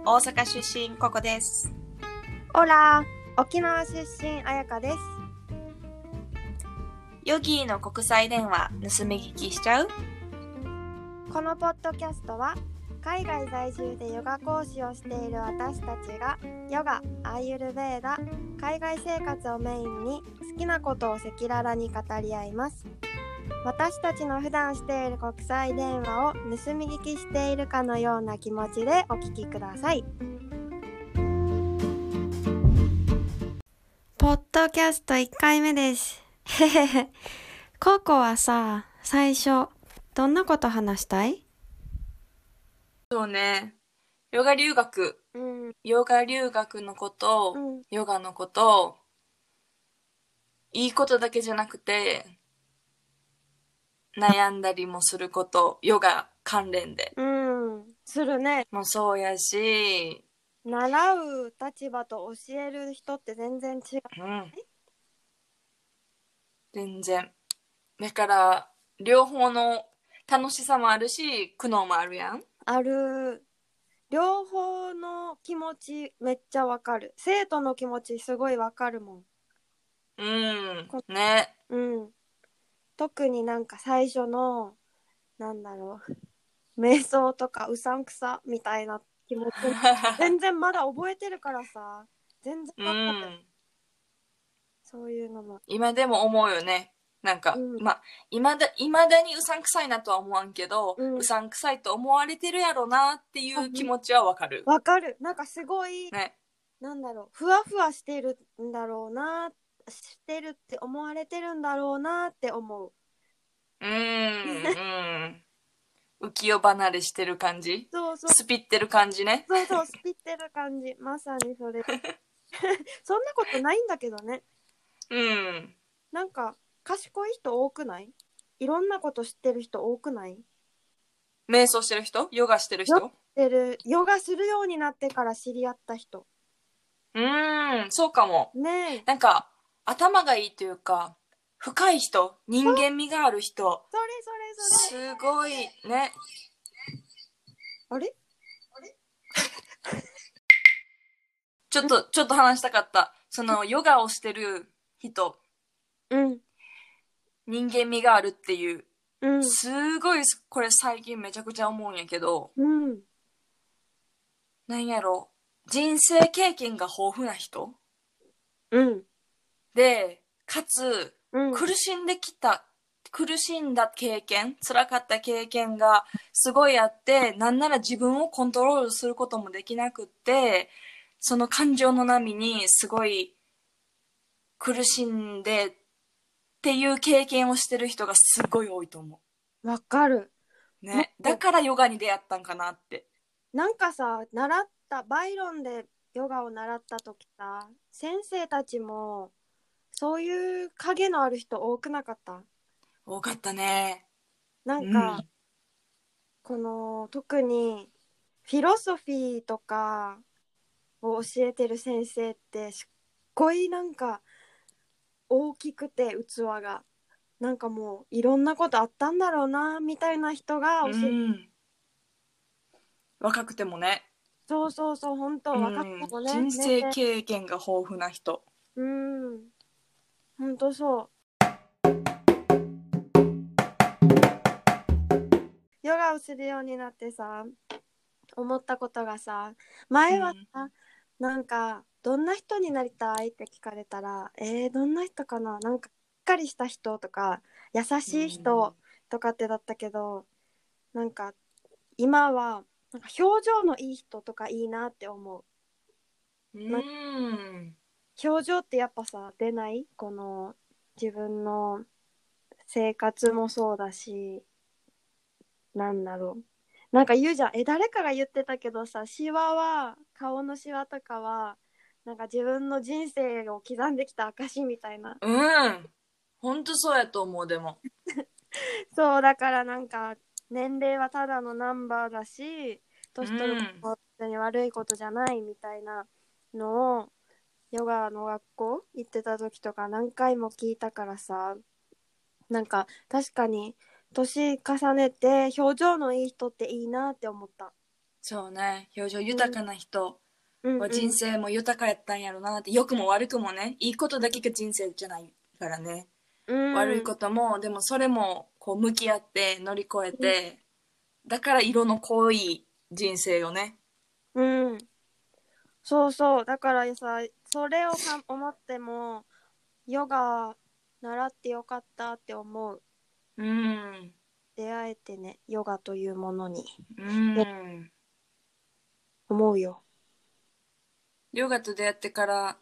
大阪出身ココです。 オラ、沖縄出身あやかです。 ヨギーの国際電話盗み聞きしちゃう？ このポッドキャストは海外在住でヨガ講師をしている私たちがヨガ、アーユルヴェーダ、海外生活をメインに好きなことを赤裸々に語り合います。私たちの普段している国際電話を盗み聞きしているかのような気持ちでお聞きください。ポッドキャスト1回目です。へへへ。ココはさ、最初どんなこと話したい？ そうね。ヨガ留学。ヨガ留学のこと、ヨガのこと、いいことだけじゃなくて、悩んだりもすること、ヨガ関連で。 するね。 もうそうやし、 習う立場と教える人って全然違う。 全然。だから、両方の楽しさもあるし、苦悩もあるやん。 ある。両方の気持ちめっちゃわかる。生徒の気持ちすごいわかるもん。 ね。 特になんか最初の瞑想とかうさんくさみたいな気持ち全然まだ覚えてるからさ、全然わかる。そういうのも今でも思うよね。なんか、いまだにうさんくさいなとは思わんけど、うさんくさいと思われてるやろなっていう気持ちはわかる。 わかる。なんかすごい、 ね。 ふわふわしてるんだろうな、してるって思われてるんだろうなって思う。 浮世離れしてる感じ。 そうそう。 スピってる感じね。 そうそう、スピってる感じ。まさにそれ。そんなことないんだけどね。なんか、賢い人多くない？いろんなこと知ってる人多くない？ 瞑想してる人？ヨガしてる人？ ヨガするようになってから知り合った人。 そうかも。 ねえ。 なんか、頭がいいというか、深い人、人間味がある人。 それ。 すごいね。 あれちょっと話したかった。その、ヨガをしてる人。人間味があるっていう。すごい、これ最近めちゃくちゃ思うんやけど。なんやろ。人生経験が豊富な人。で、かつ、苦しんだ経験、辛かった経験がすごいあって、なんなら自分をコントロールすることもできなくって、その感情の波にすごい苦しんでっていう経験をしてる人がすごい多いと思う。わかる。 ね。だからヨガに出会ったんかなって。 なんかさ、バイロンでヨガを習った時さ、先生たちもそういう影のある人多くなかった？ 多かったね。 なんか、この特にフィロソフィーとかを教えてる先生ってすっごいなんか大きくて器がなんかもういろんなことあったんだろうなみたいな人が教えて、 若くてもね。 そう本当若くてもね、 人生経験が豊富な人。 本当そう。ヨガをするようになってさ、思ったことがさ、前はさ、なんかどんな人になりたいって聞かれたら、どんな人かな、なんかしっかりした人とか優しい人とかってだったけど、なんか今はなんか表情のいい人とかいいなって思う。表情ってやっぱさ、出ない？この自分の生活もそうだし、なんだろう。なんか言うじゃん。誰かが言ってたけどさ、顔のシワとかは、なんか自分の人生を刻んできた証みたいな。 ほんとそうやと思う、でも。 そう、だからなんか、年齢はただのナンバーだし、年取ることは別に悪いことじゃないみたいなのを、ヨガの学校行ってた時とか何回も聞いたからさ、なんか確かに年重ねて表情のいい人っていいなって思った。 そうね。表情豊かな人は人うんうん生も豊かやったんやろなって、良くも悪くもね、いいことだけが人生じゃないからね。悪いうんことも、でもそれもこう向き合って乗り越えうんて、だから色の濃い人生よね。 うん、そうそう。だからさ、それを思っても、ヨガ習ってよかったって思う。 うん。 出会えてね、ヨガというものに。 うでん。 思うよ。 ヨガと出会ってから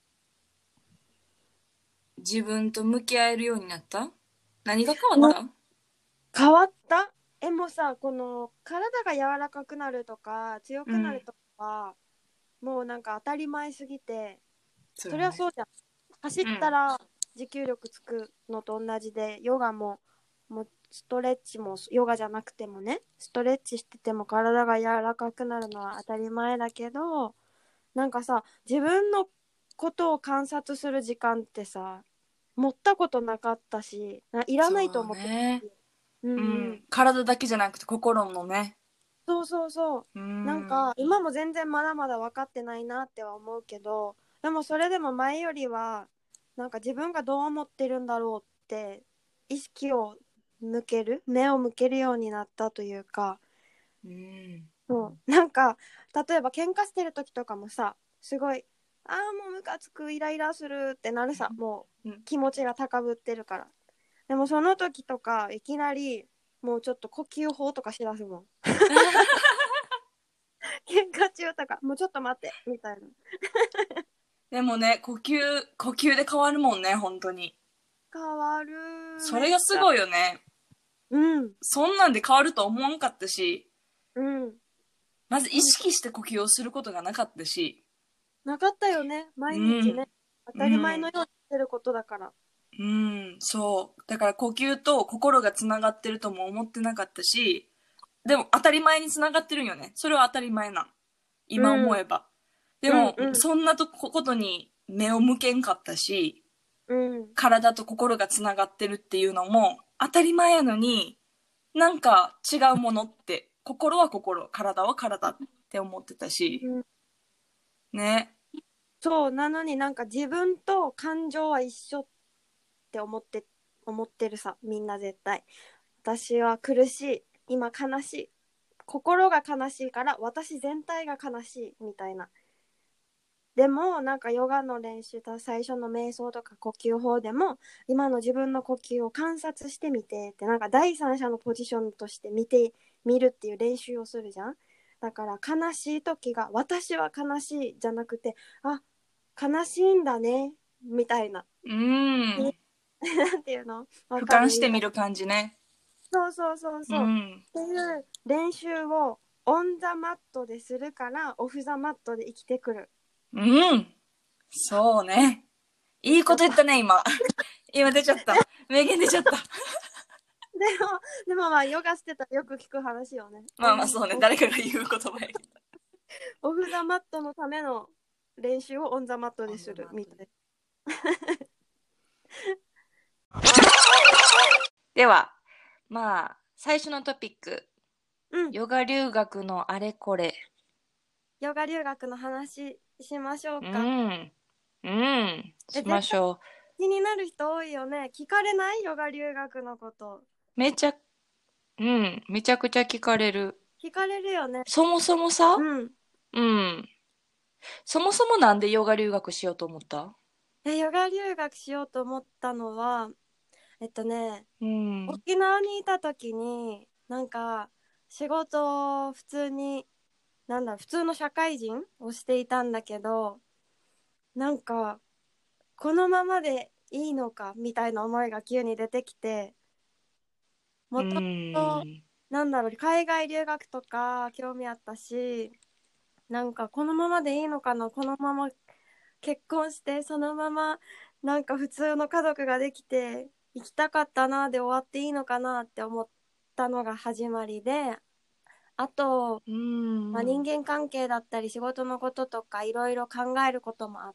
自分と向き合えるようになった？何が変わっなた？ 変わった。もうさ、この体が柔らかくなるとか強うん。 くなるとかはもうなんか当たり前すぎて、そそうよね。 りゃそうじゃん。走っうん。 たら持久力つくのと同じで、ヨガももうストレッチも、ヨガじゃなくてもね、ストレッチしてても体が柔らかくなるのは当たり前だけど、なんかさ、自分のことを観察する時間ってさ、持ったことなかったし、いらないとそう思ってたね。 し。うんうん。 うん。体だけじゃなくて心もね。 そうそうそう。 うなんん。 か今も全然まだまだ分かってないなっては思うけど、でもそれでも前よりはなんか自分がどう思ってるんだろうって意識を目を向けるようになったというか、 うん。 なんか例えば喧嘩してる時とかもさ、すごい、ああもうムカつく、イライラするってなるさ、もううん。 気持ちが高ぶってるから。でもその時とかいきなりもうちょっと呼吸法とかしだすもん。喧嘩中とか、もうちょっと待って、みたいな。 でもね、呼吸で変わるもんね、本当に。 変わる、 そめっちゃ。 れがすごいよね。 うん、 そんなんで変わると思わんかったし、 うん。 まず意なんか、 識して呼吸をすることがなかったし、 なかったよね、 う毎日ね。 ん。 当うたり前のん。 ようにしてることだから。 うん。そう。だから呼吸と心がつながってるとも思ってなかったし、でも当たり前につながってるんよね。それは当たり前なん。 う今思ん、 えば。でうん、 も、 うん、 そんなことに目を向けんかったし、 うん。 体と心がつながってるっていうのも当たり前やのに、なんか違うものって、心は心、体は体って思ってたし、 うん、 ね。 そう、なのになんか自分と感情は一緒って思ってるさ、みんな絶対。私は苦しい、今悲しい。心が悲しいから私全体が悲しいみたいな。でもなんかヨガの練習と最初の瞑想とか呼吸法でも今の自分の呼吸を観察してみてってなんか第三者のポジションとして見るっていう練習をするじゃん。だから悲しい時が私は悲しいじゃなくて、あ、悲しいんだねみたいな。 うーん。 なんていうの、わ俯かる、言いたい。 瞰してみる感じね。 そうそうそうそう。 うん。 っていう練習をオンザマットでするからオフザマットで生きてくる。 うん。そうね。いいこ言っちゃった。 と言ったね、今。今出ちゃった。名言出ちゃった。 でも、まあ、ヨガしてたらよく聞く話よね。 まあまあそうね。誰かが言う言葉やけど。 オフザマットのための練習をオンザマットオですンザマットで。 るみたい。 では、まあ、最初のトピック。 うん。 ヨガ留学のあれこれ。 ヨガ留学の話しましょううか。 ん。うん。しま絶対しょ気になる人多いよね。聞かれないヨガ留学のこと。 う。うん。めちゃくちゃ聞かれる。 聞かれるよね。 そもそもさ、 うん。 うん。そもそもなんでヨガ留学しようと思った？ ヨガ留学しようと思ったのは、えっとね、 うん。 沖縄にいた時に、なんか、仕事を普通に、普通の社会人をしていたんだけど、なんか、このままでいいのかみたいな思いが急に出てきて、 うもともと、 ん。 海外留学とか興味あったし、なんかこのままでいいのかな、このまま結婚して、そのままなんか普通の家族ができて、行きたかったなで終わっていいのかなって思ったのが始まりで、あと、 うまあ、人ん。 間関係だったり仕事のこととかいろいろ考えることもあって、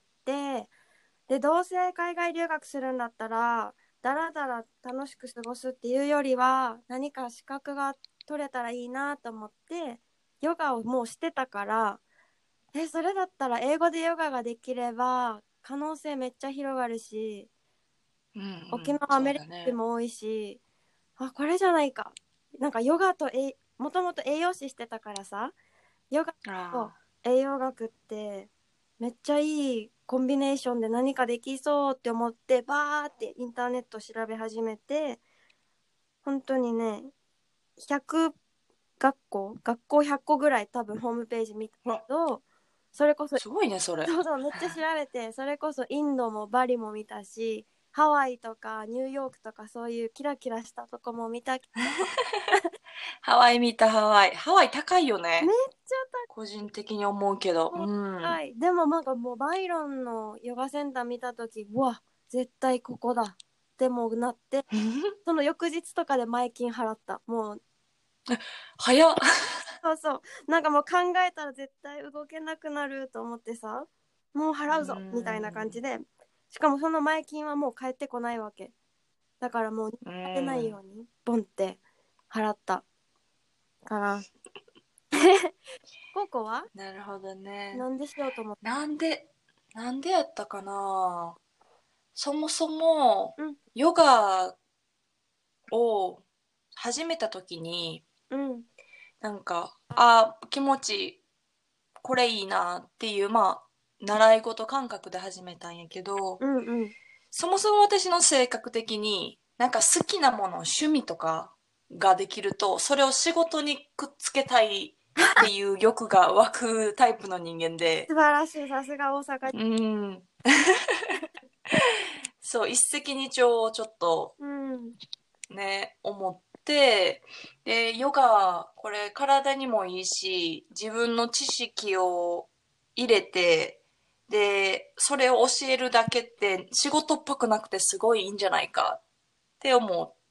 でどうせ海外留学するんだったらだらだら楽しく過ごすっていうよりは何か資格が取れたらいいなと思ってヨガをもうしてたから、それだったら英語でヨガができれば可能性めっちゃ広がるし、 うんうん、 沖縄アメリカ人も多いし、これじゃないか。なんかヨガともともと栄養士してたからさ、ヨガと栄養学ってめっちゃいいコンビネーションで何かできそうって思ってバーってインターネット調べ始めて、本当にね、100学校100個ぐらい多分ホームページ見たけど、それこそすごいねそれ。 そうそう、めっちゃ調べて、それこそインドもバリも見たし、ハワイとかニューヨークとかそういうキラキラしたとこも見たけど、 ハワイ見た。ハワイ高いよね。 めっちゃ個人的に思うけど。 高い。でもなんかもうバイロンのヨガセンター見たとき、うわ、絶対ここだってもなって、その翌日とかで前金払った。もう、 早っ。 そうそう。なんかもう考えたら絶対動けなくなると思ってさ、もう払うぞみたいな感じで、しかもその前金はもう返ってこないわけ。だからもう当てないようにボンって払ったから。ココはなるほどね。 なんでしようと思った？ なんでやったかな。そもそも、 うんヨガを始めた時に、 うんなんか、気持ち、これいいなっていう、習い事感覚で始めたんやけど、 うんうん。 そもそも私の性格的に、なんか好きなもの、趣味とかができると、それを仕事にくっつけたいっていう欲が湧くタイプの人間で、 素晴らしい、さすが大阪。 そう、一石二鳥をちょっとうんね、思って、で、ヨガ、これ体にもいいし、自分の知識を入れて、で、それを教えるだけって仕事っぽくなくてすごいいいんじゃないかって思って、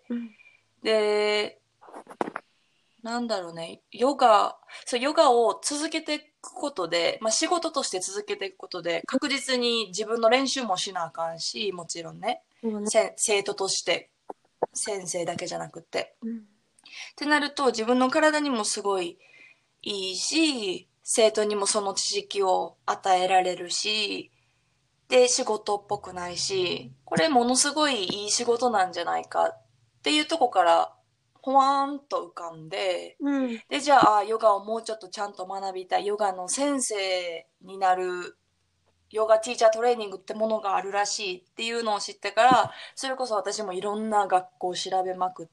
うんで、なんだろうね、ヨガを続けていくことで、仕事として続けていくことで、確実に自分の練習もしなあかんし、もちろんね、 そうね。 生徒として、先生だけじゃなくて。 うんってなると、自分の体にもすごいいいし、生徒にもその知識を与えられるし、で、仕事っぽくないし、これものすごいいい仕事なんじゃないかっていうとこから、ほわーんと浮かんで、 うんで、じゃあ、ヨガをもうちょっとちゃんと学びたい、ヨガの先生になる、ヨガティーチャートレーニングってものがあるらしいっていうのを知ってから、それこそ私もいろんな学校を調べまくって、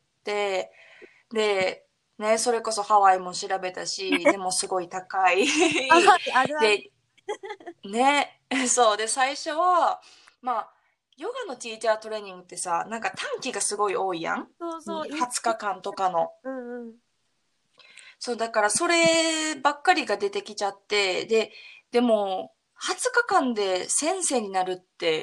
で、ね、それこそハワイも調べたし、でもすごい高い。 あるある。 で、ね、そう。で、最初は、ヨガのティーチャートレーニングってさ、なんか短期がすごい多いやん。 そうそう、 20日間とかの。 うんうん。 そう、だからそればっかりが出てきちゃって、でも、20日間で先生になるって、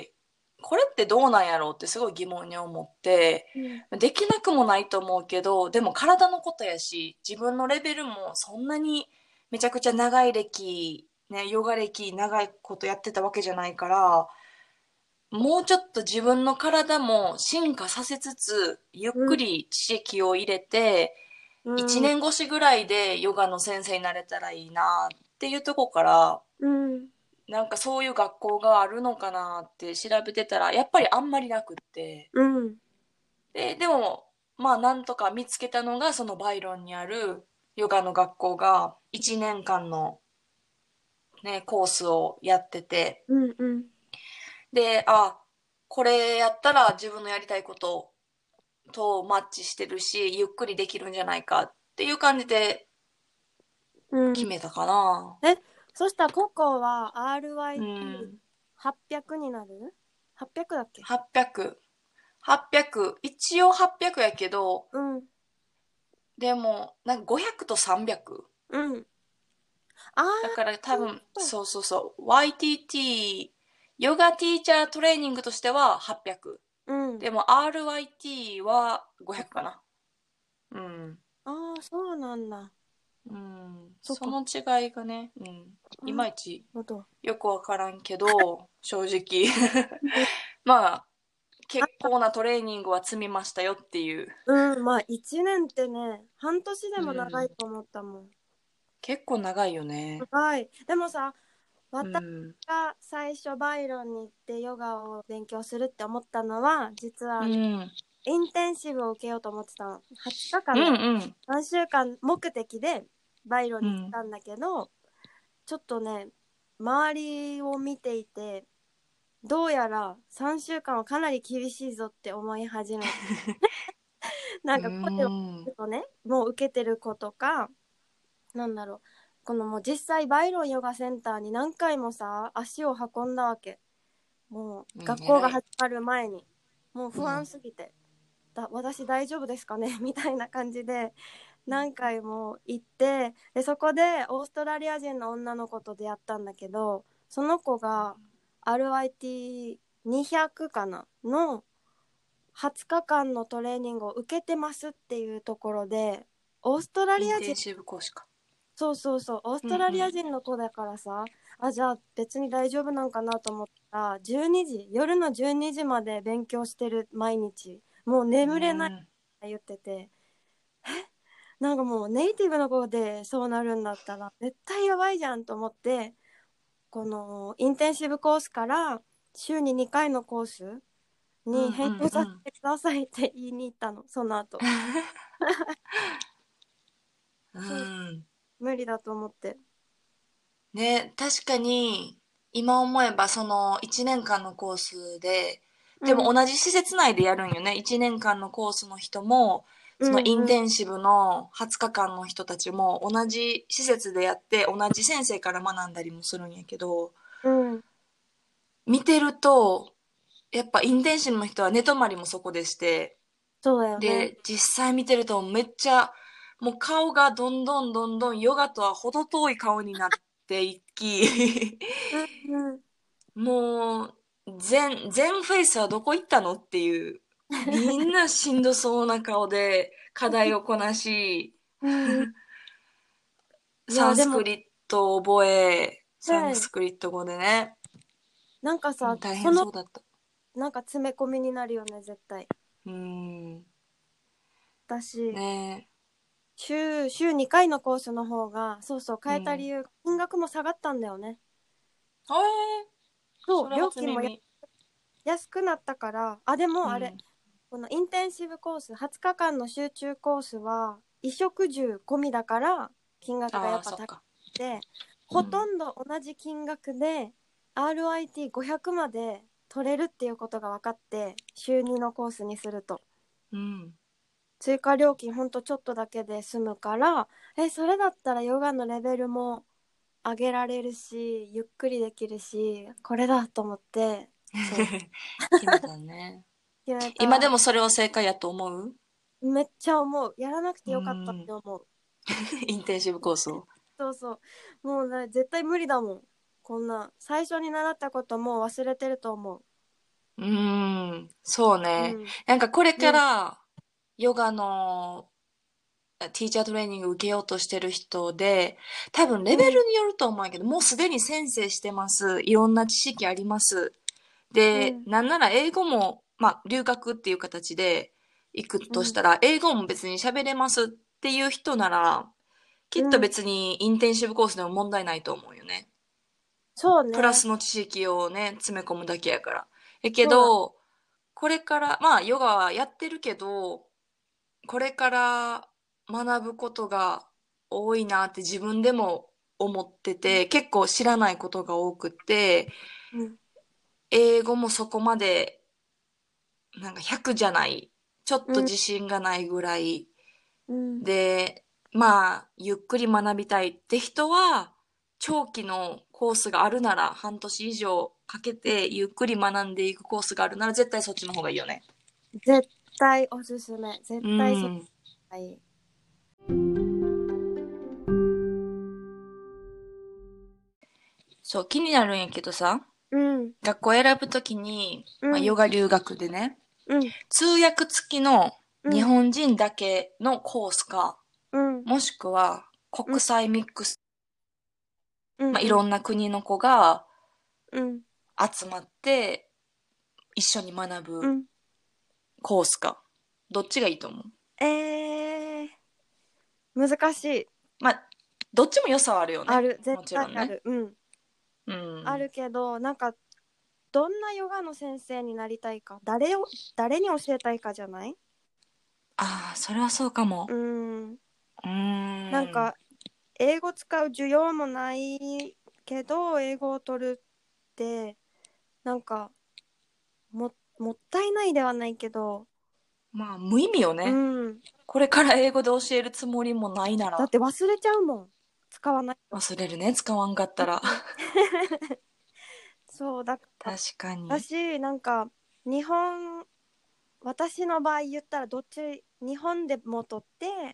これってどうなんやろうってすごい疑問に思って、 うんできなくもないと思うけど、でも体のことやし、自分のレベルもそんなにめちゃくちゃ長い歴、ね、ヨガ歴長いことやってたわけじゃないから、もうちょっと自分の体も進化させつつ、ゆっくり知識を入れて、一うん年越しぐらいでヨガの先生になれたらいいなっていうとこから、 うんなんかそういう学校があるのかなって調べてたら、やっぱりあんまりなくって。 うんでも、なんとか見つけたのが、そのバイロンにあるヨガの学校が1年間のね、コースをやってて、 うんうんで、これやったら自分のやりたいこととマッチしてるし、ゆっくりできるんじゃないかっていう感じでうん。 決めたかな。 そしたらココはうん。 RYT800 になる？ 800 だっけ？ 800。800。一応800やけど、 うんでも、なんか500と300。 うん。あだから多分、 ーそうそうそう。YTT、ヨガティーチャートレーニングとしては800。 うんでも RYT は500かな。うん。 そうなんだ。 うん。 そっか。 その違いがね、いまいちなるほど。 よくわからんけど、正直。結構なトレーニングは積みましたよっていう。 うん、まあ1年ってね、半年でうも長いん。 と思ったもん。 結構長いよね。 はい。でもさ、 う私ん。 が最初バイロンに行ってヨガを勉強するって思ったのは、実はうん。 インテンシブを受けようと思ってたの。20日うん間だ。 うん。 3週間目的でバイロンうん。 に来たんだけど、ちょっとね、周りを見ていて、どうやら3週間はかなり厳しいぞって思い始めて、なうんか声を聞ん。 くとね、もう受けてる子とか、なんだろう、このもう実際バイロンヨガセンターに何回もさ、足を運んだわけ。もううん、 学校偉い。 が始まる前に。もう不安うん。 すぎて、私大丈夫ですかねみたいな感じで何回も行って、でそこでオーストラリア人の女の子と出会ったんだけど、その子が RIT200 かなの20日間のトレーニングを受けてますっていうところで、オーストラリア人、 インテンシブ講師か。 そうそうそう、オースうんうトラリアん。 人の子だからさ、あ、じゃあ別に大丈夫なんかなと思ったら、12時、夜の12時まで勉強してる毎日。もうう眠れないってん。 言ってて、なんかもうネイティブの子でそうなるんだったら絶対やばいじゃんと思って、このインテンシブコースから週に2回のコースにうんう変更さんうん。 せてくださいって言いに行ったの、その後。 うそう、 ん。 無理だと思って。 ね、確かに、今思えばその1年間のコースで、でもうん同じ施設内でやるんよね。1年間のコースの人も、そのインうんうんテンシブの20日間の人たちも同じ施設でやって、同じ先生から学んだりもするんやけど、 うん。 見てると、やっぱインテンシブの人は寝泊まりもそこでして、 そうだよね。 で、実際見てるとめっちゃ、もう顔がどんどんどんどんヨガとは程遠い顔になっていき、 うんうん。 もう、全フェイスはどこ行ったのっていう、みんなしんどそうな顔で課題をこなし、 うん。いサや、でもンスクリットを覚え、サンね、 スクリット語でね、 なんかさ、 大その、 変そうだった。 なんか詰め込みになるよね、絶対。 うーん、 私、 ね週2回のコースの方が、そうそう、 え、うん。 変えた理由、金額も下がったんだよね。 えー、 そう、 それ料金も初耳。 安くなったから、あ、でもあれ、 うん。 このインテンシブコース、20日間の集中コースは、衣食住込みだから、金額がやああ、 っぱ高くそっか。 て、 うん。 ほとんど同じ金額で RIT500 まで取れるっていうことが分かって、週2のコースにすると。 うん。 追加料金ほんとちょっとだけで済むから、それだったらヨガのレベルも上げられるし、ゆっくりできるし、これだと思って、そう、 決めたね。 決めた。 今でもそれは正解やと思う？ めっちゃ思う。やらなくてうよかったっん。 て思う。 インテンシブコースを。 そうそう。もうね、絶対無理だもん。こんな、最初に習ったこともう忘れてると思うーん。そうう。 ね。 うん。 なんかこれかね。 ら、ヨガのティーチャートレーニング受けようとしてる人で、多分レベうん。 ルによると思うんやけど、もうすでに先生してます。いろんな知識あります。で、 うん。 なんなら英語も、まあ、留学っていう形で行くうん。 としたら、英語も別に喋れますっていう人なら、きっとうん。 別にインテンシブコースでも問題ないと思うよね。 そうね。 プラスの知識をね、詰め込むだけやから。やけそうだ。 ど、これから、まあ、ヨガはやってるけど、これから学ぶことが多いなって自分でも思ってて、結構知らないことが多くて、 うん。 英語もそこまで、なんか100じゃない、ちょっとうん。 自信がないぐらいうん。 で、まあ、ゆっくり学びたいって人は、長期のコースがあるなら、半年以上かけてゆっくり学んでいくコースがあるなら、絶対そっちの方がいいよね。 絶対おすすめ。絶う対そっちん。 がいい。 そう、気になるんやけどさ、 うん。 学校選ぶときに、まあ、ヨうん。 ガ留学でね、 うん。 通訳付きの日うん。 本人だけのコースか、 うん。 もしくはうん。 国際ミックス、 うん。 まあ、いうん。 ろんな国の子がうん。 集まって一緒に学ぶうん。 コースか。どっちがいいと思う？ 難しい。 まあ、 どっちも良さはあるよね。 ある、絶もちろんね。 対ある。うん。 うん。 あるけど、なんか、どんなヨガの先生になりたいか、誰に教えたいかじゃない？ ああ、それはそうかも。 うん。 うーん。 なんか、英語使う需要もないけど、英語を取るって、なんか、もったいないではないけど、 まあ、無意味ようね。 ん。 これから英語で教えるつもりもないなら。 だって忘れちゃうもん。使わないと。 忘れるね、使わんかったら。 そう、だから、 確かに。 私、なんか、日本、私の場合言ったら、どっち、日本でも取って、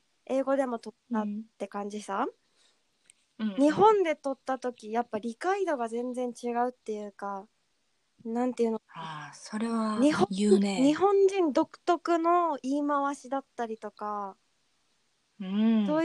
英語でも取ったっうん。 て感じさ。 うんうん。 日本で取った時、やっぱ理解度が全然違うっていうか、なんていうの、 ああ、それは日本、 言う日ね。 本人独特の言い回しだったりとか、 うん。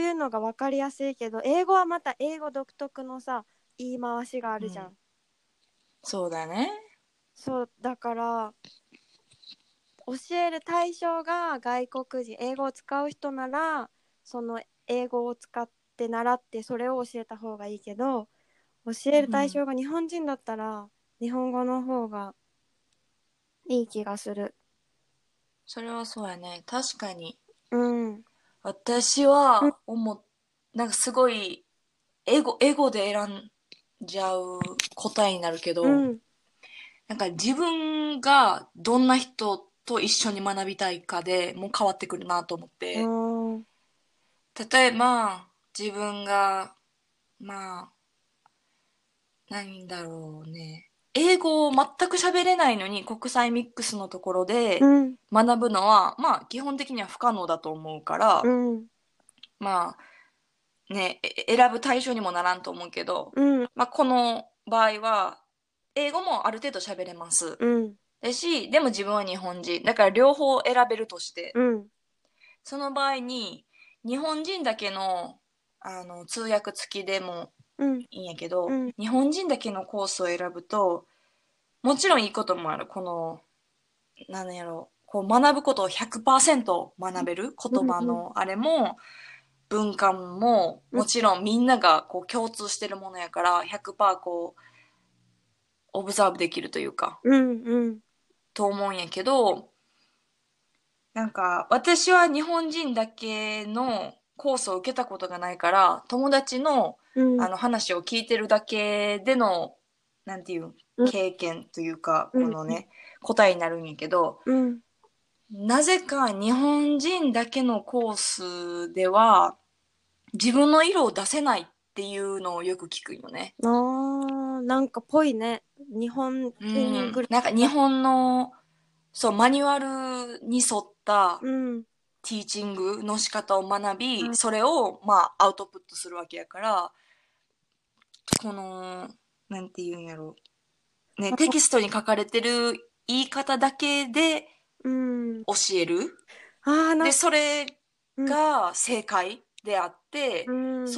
そういうのが分かりやすいけど、英語はまた英語独特のさ、言い回しがあうん。 るじゃん。 そうだね。 そう、だから、教える対象が外国人、英語を使う人なら、その英語を使って習ってそれを教えた方がいいけど、教える対うん。 象が日本人だったら、日本語の方がいい気がする。 それはそうやね。確かに。 うん。うん。 私はなんかすごい、エゴで選んじゃう答えになるけど、 うん。 なんか自分がどんな人と一緒に学びたいかでもう変わってくるなと思っあて。 ー、 例えば、自分が、まあ、何だろうね。英語を全く喋れないのに国際ミックスのところでうん。 学ぶのは、まあ基本的には不可能だと思うから、 うん。 まあね、選ぶ対象にもならんと思うけど、 うん。 まあこの場合は、英語もある程度喋れます。 うん。 でも自分は日本人。だから両方選べるとして、 うん。 その場合に、日本人だけの、通訳付きでもうん。 いいんやけど、 うん。 日本人だけのコースを選ぶと、もちろんいいこともある。この、なんやろう、こう学ぶことを100%学べるうん。 言葉のあれも、文化も、 うん。 もちろんみんながこう共通してるものやから100%こう、オブザーブできるというか、 うん。うん。 と思うんやけど、なんか、私は日本人だけのコースを受けたことがないから、友達の、 うん。 話を聞いてるだけでの、なんていう、 うん。 経験というか、 うん。 このね、答えになるんやけど、 うん。 なぜか日本人だけのコースでは、自分の色を出せないっていうのをよく聞くよね。 あー、なんかぽいね。日本う人ぐん。なんか日らい。 本の、そう、マニュアルに沿ったうん。 ティーチングの仕方を学び、 あ、 それを、まあ、アウトプットするわけやから、この、なんて言うんやろう。ね、テキストに書かれてる言い方だけでうん。 教える。 あー、 で、それうん。 が正解であって、 うん。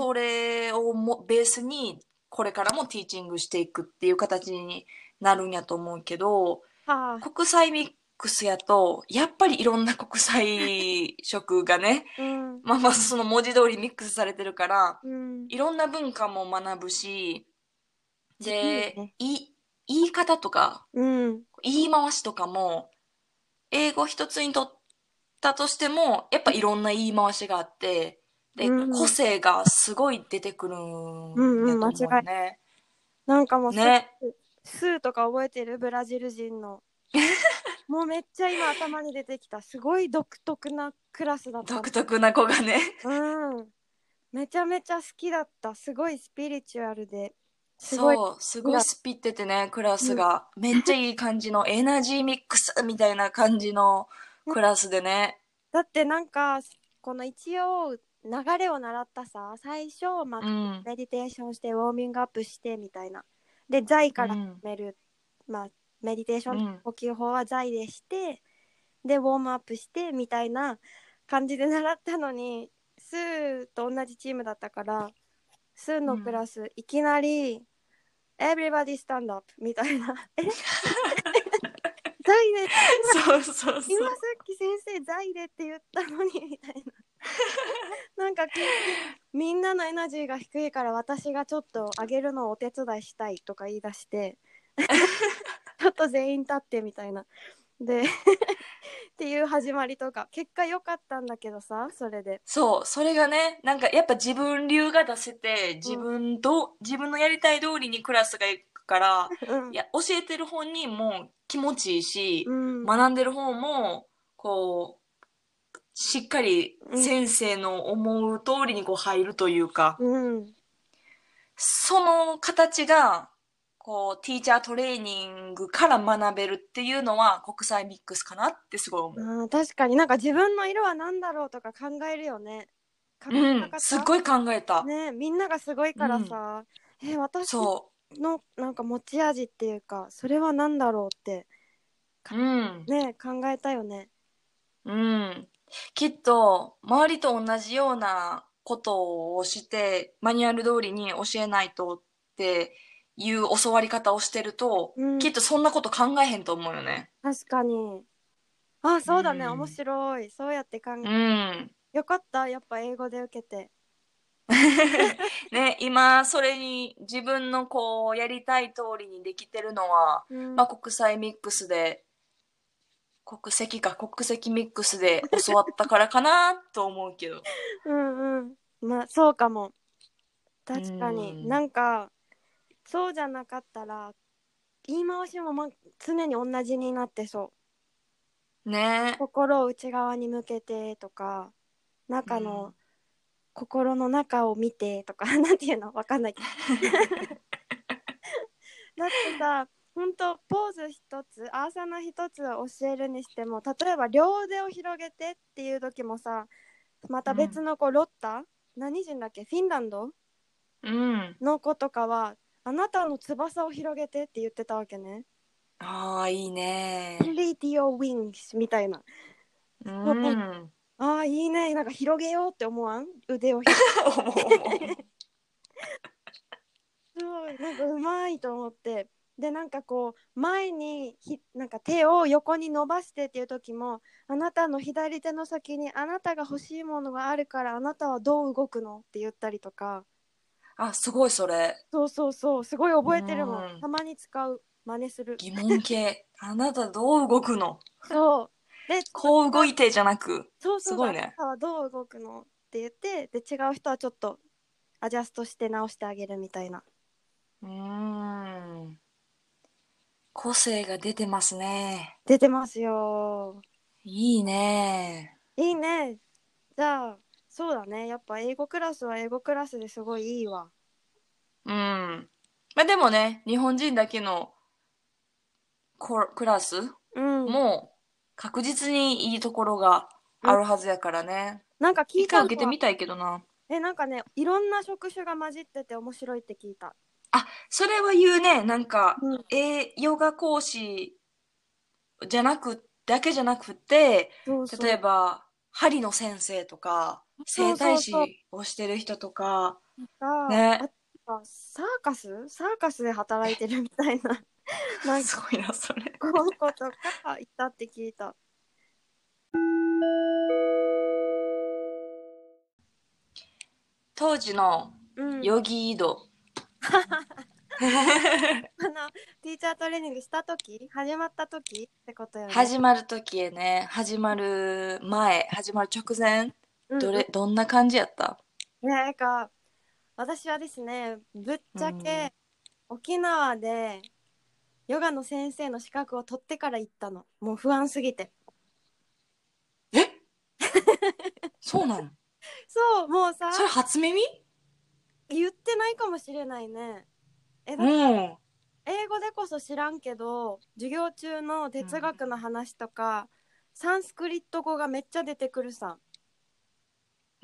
それをベースに、これからもティーチングしていくっていう形になるんやと思うけど、 はあ。 国際ミックスやと、やっぱりいろんな国際色がね、 うん。 まあまあその文字通りミックスされてるから、 うん。 いろんな文化も学ぶし、 自由で、 ね。 言い方とか、 うん。 言い回しとかも、英語一つにとったとしても、やっぱいろんな言い回しがあって、で、個うん。 性がすごい出てくるうんうん、 んやと間違い。 思うよね。 なんかもうね。 スーとか覚えてる？ブラジル人の。もうめっちゃ今頭に出てきた。すごい独特なクラスだった。 独特な子がね。 うん。めちゃめちゃ好きだった。すごいスピリチュアルで。すごい好そう、すきだ。 ごいスピっててね、クラスうん。 が。めっちゃいい感じのエナジーミックスみたいな感じのクラスでね。 だってなんか、この一応流れを習ったさ、最初、まあ、 うん。 メディテーションしてウォーミングアップしてみたいな。で、座から始うん。 める。まあ、メディテーション、 うん。 呼吸法は座でして、で、ウォームアップしてみたいな感じで習ったのに、スーと同じチームだったから、スーのクうん。 ラス、いきなり、Everybody stand up みたいな。ザイで、 そうそう今さそう。 っき先生ザイでって言ったのにみたいな。なんか急にみんなのエナジーが低いから私がちょっと上げるのをお手伝いしたいとか言い出してちょっと全員立ってみたいなでっていう始まりとか結果良かったんだけどさ、それでそう、それがね、なんかやっぱ自分流が出せて、 うん自分のやりたい通りにクラスが行くから、 うんいや、教えてる本人も気持ちいいし、 うん学んでる方も、こう、しっかりうん先生の思う通りにこう入るというか、 うんその形が、こう、ティーチャートレーニングから学べるっていうのは国際ミックスかなってすごい思う。 確かになんか自分の色は何だろうとか考えるよね。考えうん、 なかったすっごい考えた。 ね。みんながすごいからうん、 さ、私そのなんか持ち味っていうかそれは何だろうってう。うん。 ね考えたよね。 うん。きっと、周りと同じようなことをして、マニュアル通りに教えないとっていう教わり方をしてると、 うん、 きっとそんなこと考えへんと思うよね。 確かに。 うそうだね、面ん。 白い。そうやって考うえ、 ん。 よかった、やっぱ英語で受けて。 ね、今、それに自分のこう、やりたい通りにできてるのは、 うん、 まあ国際ミックスで、国籍ミックスで教わったからかなと思うけど。 うんうん。まあ、そうかも。 う確かに。なん。 んか、そうじゃなかったら、言い回しも、常に同じになってそう。 ね。 心を内側に向けてとか、 うん。 中の、心の中を見てとか、なんていうのわかんないけど。だってさ、ほんとポーズ一つ、アーサナ一つを教えるにしても、例えば両腕を広げてっていう時もさ、また別うん。 の子、ロッタ何人だっけ、フィンランドうん。 の子とかは、あなたの翼を広げてって言ってたわけね。 ああ、いいね。 Release your wings みたいな。 うそう、 ん。 いいね。なんか広げようって思わん腕を広思う思う思う。 そう、なんかうまいと思って。で、なんかこう、前になんか手を横に伸ばしてっていう時も、あなたの左手の先にあなたが欲しいものがあるから、あなたはどう動くのって言ったりとか、 あ、すごいそれ。 そうそうそう、すごいう覚えてるもん。たん。 まに使う、真似する。 疑問系。あなたどう動くの？ そう。で、ちょっとこう動いてじゃなく。 そうそうそう、あなすごいね。 たはどう動くのって言って、で、違う人はちょっとアジャストして直してあげるみたいな。 うーん。個性が出てますね。 出てますよ。 いいね。 いいね。じゃあ、そうだね。やっぱ英語クラスは英語クラスですごいいいわ。 うん。まあでもね、日本人だけのクラスうん。 も確実にいいところがうん。 あるはずやからね。 なんか聞一いたのは、 回受けてみたいけどな。 なんかね、いろんな職種が混じってて面白いって聞いた。 あ、それは言うね。なんか、 うん。 ヨガ講師だけじゃなくて、例そうそう。 えば、針の先生とか、 そう整体そうそう。 師をしてる人とか、 あね。 とはサーカスで働いてるみたいな、なんか、 すごいな、それ。 子とかいたって聞いた。 当時のうん。 ヨギード。 ティーチャートレーニングした時始まった時ってことよね。 始まる時へね、始まる直前、 うんうん。 どんな感じやった？ なんか、私はですね、ぶっうちゃん。 け沖縄でヨガの先生の資格を取ってから行ったの。もう不安すぎて。 え、そうなん？ そう、もうさ、 それ初耳？ 言ってないかもしれないね。 うだってん。 英語でこそ知らんけど、授業中のうん。 哲学の話とか、サンスクリット語がめっちゃ出てくるさ。 うん。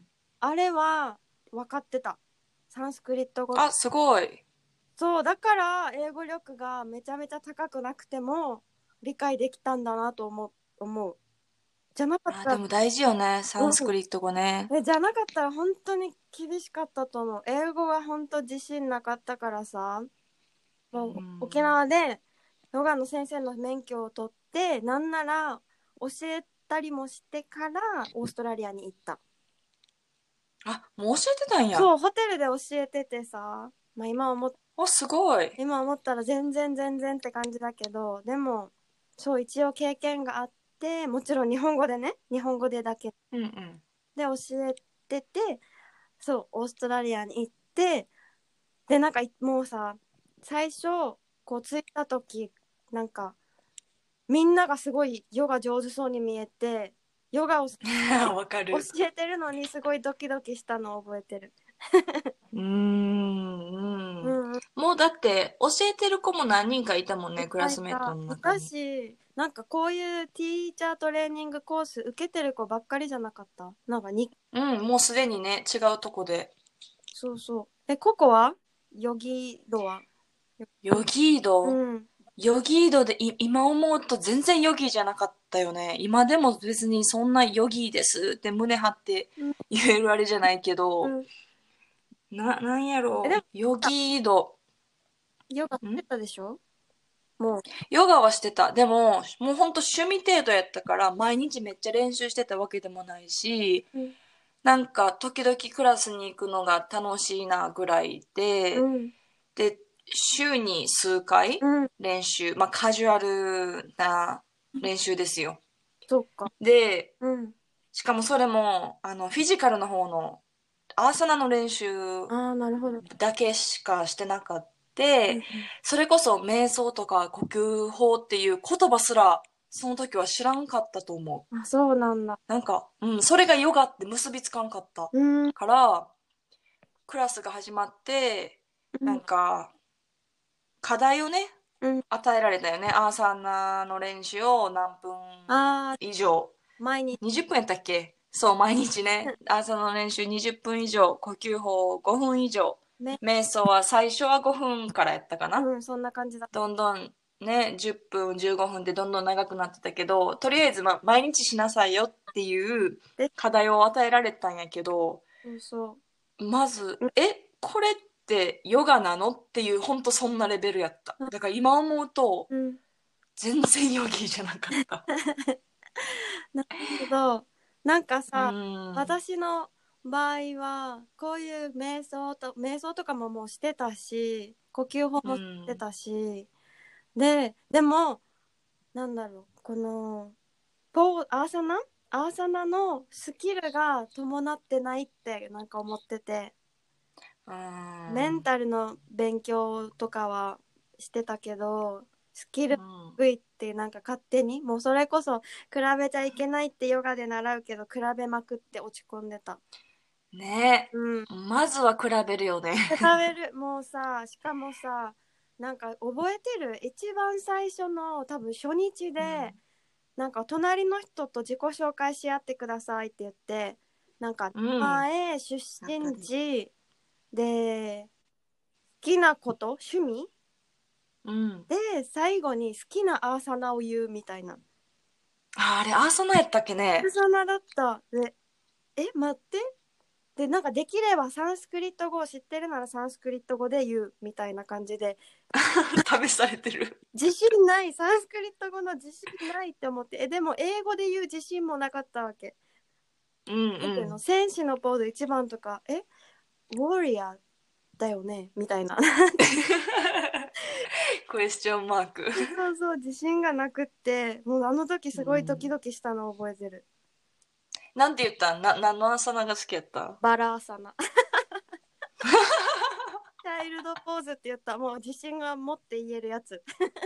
あれは分かってた。サンスクリット語。 あ、すごい。 そう、だから英語力がめちゃめちゃ高くなくても理解できたんだなと思う。じゃなかっあ、 たら、 でも大事よね、サンスクうん。 リット語ね。 じゃなかったら本当に厳しかったと思う。英語は本当自信なかったからさ、 うもう沖ん。 縄でヨガの先生の免許を取って、なんなら教えたりもしてからオーストラリアに行った。 あ、もう教えてたんや。 そう、ホテルで教えててさ、まあお、すごい。 今思ったら全然全然って感じだけど、でも、そう、一応経験があって、もちろん日本語でね、日本語でだけうんうん。 で教えてて、そう、オーストラリアに行って、で、なんかもうさ、最初、こう着いた時、なんか、みんながすごいヨガ上手そうに見えて、ヨガを教わかる。 えてるのにすごいドキドキしたのを覚えてる。 うーん、うん。 うんうん。 もうだって、教えてる子も何人かいたもんね、クラスメートのい中に。 たし、なんかこういうティーチャートレーニングコース受けてる子ばっかりじゃなかった。なんかうん、もうすでにね、違うとこで。 そうそう。ここはヨギドはヨギードうん。 ヨギードで今思うと全然ヨギーじゃなかったよね。今でも別にそんなヨギーですって胸張ってうん。 言えるあれじゃないけど、 うん。 なんやでも、 ろう。ヨギード。 ヨガしてんたでしょ？もう。 ヨガはしてた。でも、もうほんと趣味程度やったから、毎日めっちゃ練習してたわけでもないし、 うん。 なんか時々クラスに行くのが楽しいなぐらいで、 うん。 で、週に数回うん。 練習、まあカジュアルな練習ですよ。 そっか。 で、 うん。 しかもそれも、フィジカルの方のアーサナの練習ああ、なるほど。 だけしかしてなかった。 うん。 それこそ瞑想とか呼吸法っていう言葉すら、その時は知らんかったと思う。 あ、そうなんだ。 なんか、うん、それがヨガって結びつかんかったうん。 から、クラスが始まって、なんうん。 か、課題をね、 うん。 与えられたよね。アーサナの練習を何分ああ、 以上。 毎日。 20分やったっけ？そう、毎日ね。朝の練習20分以上、呼吸法5分以上。 ね。 瞑想は最初は5分からやったかな。 うん、そんな感じだ。 どんどんね、10分、15分でどんどん長くなってたけど、とりあえず、毎日しなさいよっていうで、 課題を与えられたんやけど、 そうそまず、 う。 これってヨガなのっていう、ほんとそんなレベルやった。だから今思うと、 うん。 全然ヨギじゃなかった。 なるほど。なんかうさ、 ーん。 私の場合は、こういう瞑想とかももうしてたし、呼吸法うもしてん。 たし、でも、なんだろう、この、アーサナのスキルが伴ってないってなんか思ってて、 うーん。 メンタルの勉強とかはしてたけど、スキルうん。 低いってなんか勝手に、もうそれこそ比べちゃいけないってヨガで習うけど、比べまくって落ち込んでた。 ねうん。 え。まずは比べるよね。 比べる、もうさ、しかもさ、なんか覚えてる一番最初の多分初日で、 うん。 なんか隣の人と自己紹介し合ってくださいって言って、なんかうん。 前、出身やったね。 地で、好きなこと、趣味うん。 で、最後に好きなアーサナを言うみたいな。 あれ、アーサナやったっけアーね。 サナだった。で、待って。で、なんかできればサンスクリット語を知ってるならサンスクリット語で言うみたいな感じで、 試されてる。 自信ない、サンスクリット語の自信ないって思って、でも英語で言う自信もなかったわけ。 うんなんていうの、 うん。 戦士のポーズ一番とか、ウォリアーだよねみたいな。 クエスチョンマーク。 そうそう、自信がなくって、もうあの時うすごいドキん。 ドキしたのを覚えてる。 なんて言ったん何のアーサナが好きやった？ バラーサナ。チャイルドポーズって言った。もう自信が持って言えるやつ。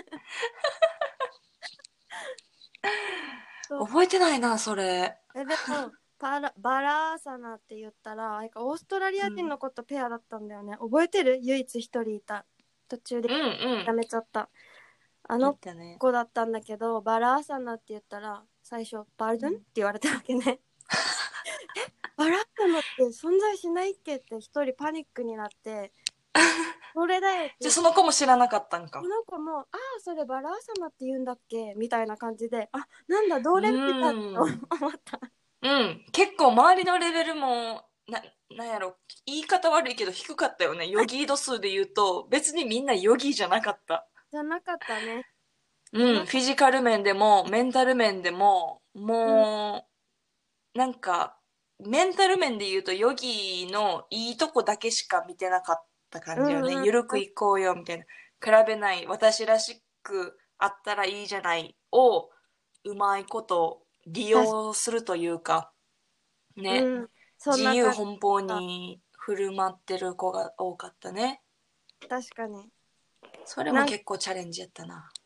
そう。 覚えてないな、それ。 でも、バラーサナって言ったら、なんかオーストラリア人うん。 の子とペアだったんだよね。覚えてる？唯一一人いた。途中でうんうん。 やめちゃった。あの言ったね。 子だったんだけど、バラーサナって言ったら、最初、バルドンってうん。 言われたわけね。バラーサナって存在しないっけって一人パニックになって、それだよって言って、 じゃあその子も知らなかったんか。 その子も、それバラーサナって言うんだっけみたいな感じで、なんだ、同うレベルだって思ん。 った。 うん。結構周りのレベルも、なんやろ、言い方悪いけど低かったよね。ヨギー度数で言うと、別にみんなヨギじゃなかった。 じゃなかったね。じゃうん。 なかっフィジカル面でも、メンタル面でも、 た。うん。 もう、なんか、 メンタル面で言うとヨギのいいとこだけしか見てなかった感じよね。ゆるくいこうよみたいな。比べない、私らしくあったらいいじゃないをうまいこと利用するというか、ね、自由奔放に振る舞ってる子が多かったね。 確かに。 それも結構チャレンジやったな。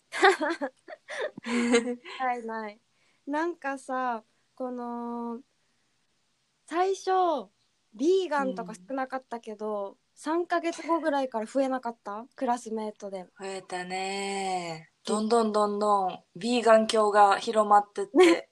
ないない。なんかさ、この最初ビーガンとか少なかったけど、3ヶ月後ぐらいから増えなかった？クラスメートで。 増えたね。どんどんどんどんビーガン教が広まってって、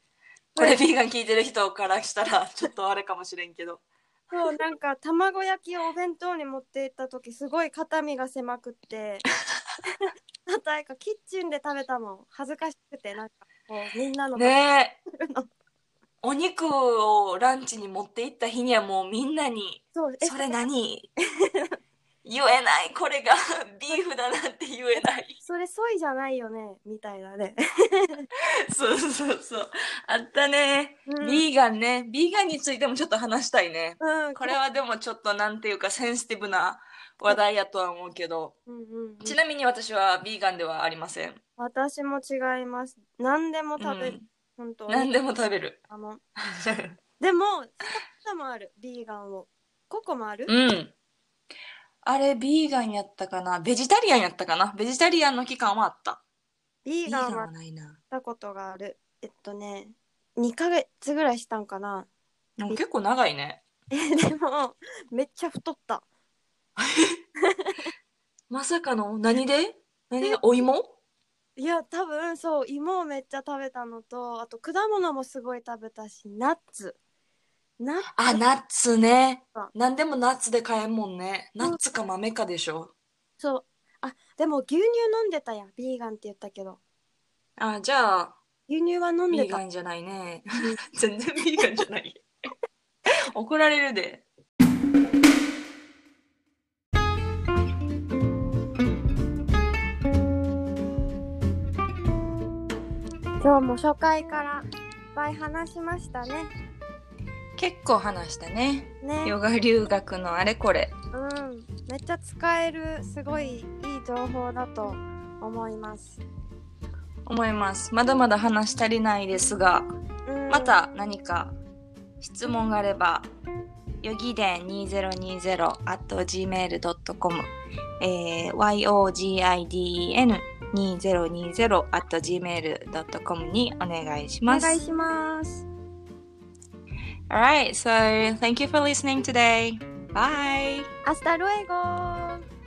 これビーガン聞いてる人からしたらちょっとあれかもしれんけど。 そう、なんか卵焼きをお弁当に持って行った時すごい肩身が狭くって例えばキッチンで食べたもん恥ずかしくて、なんかこうみんなのねえお肉をランチに持って行った日にはもうみんなにそれ何言えない、これがビーフだなって言えない、 それソイじゃないよねみたいなねそうそうそうあったね、ビーガンね。ビーガンについてもちょっと話したいね、これはでもちょっとなんていうかセンシティブな話題やとは思うけど、ちなみに私はビーガンではありません。 私も違います。何でも食べる、本当何でも食べるでも下もある、ビーガンを。ココもある？ あれビーガンやったかな、ベジタリアンやったかな。ベジタリアンの期間はあった。 ビーガンはないな。したことがある。2ヶ月ぐらいしたんかな。 結構長いね。 でもめっちゃ太ったまさかの何で？何がお芋？ いや多分そう、芋をめっちゃ食べたのと、あと果物もすごい食べたし、ナッツナッツね。何でもナッツで買えんもんね。ナッツか豆かでしょ。 そう。でも牛乳飲んでたやん。ビーガンって言ったけど。 じゃあ。 牛乳は飲んでた。 ビーガンじゃないね。全然ビーガンじゃない。怒られるで。 今日も初回からいっぱい話しましたね。 結構話したね。ヨガ留学のあれこれ。 めっちゃ使える、すごいいい情報だと思います。 まだまだ話し足りないですが、また何か質問があれば、ヨギデン2020 @gmail.com、yogiden2020 @gmail.com にお願いします。 お願いします。 Alright, so thank you for listening today. Bye. Hasta luego.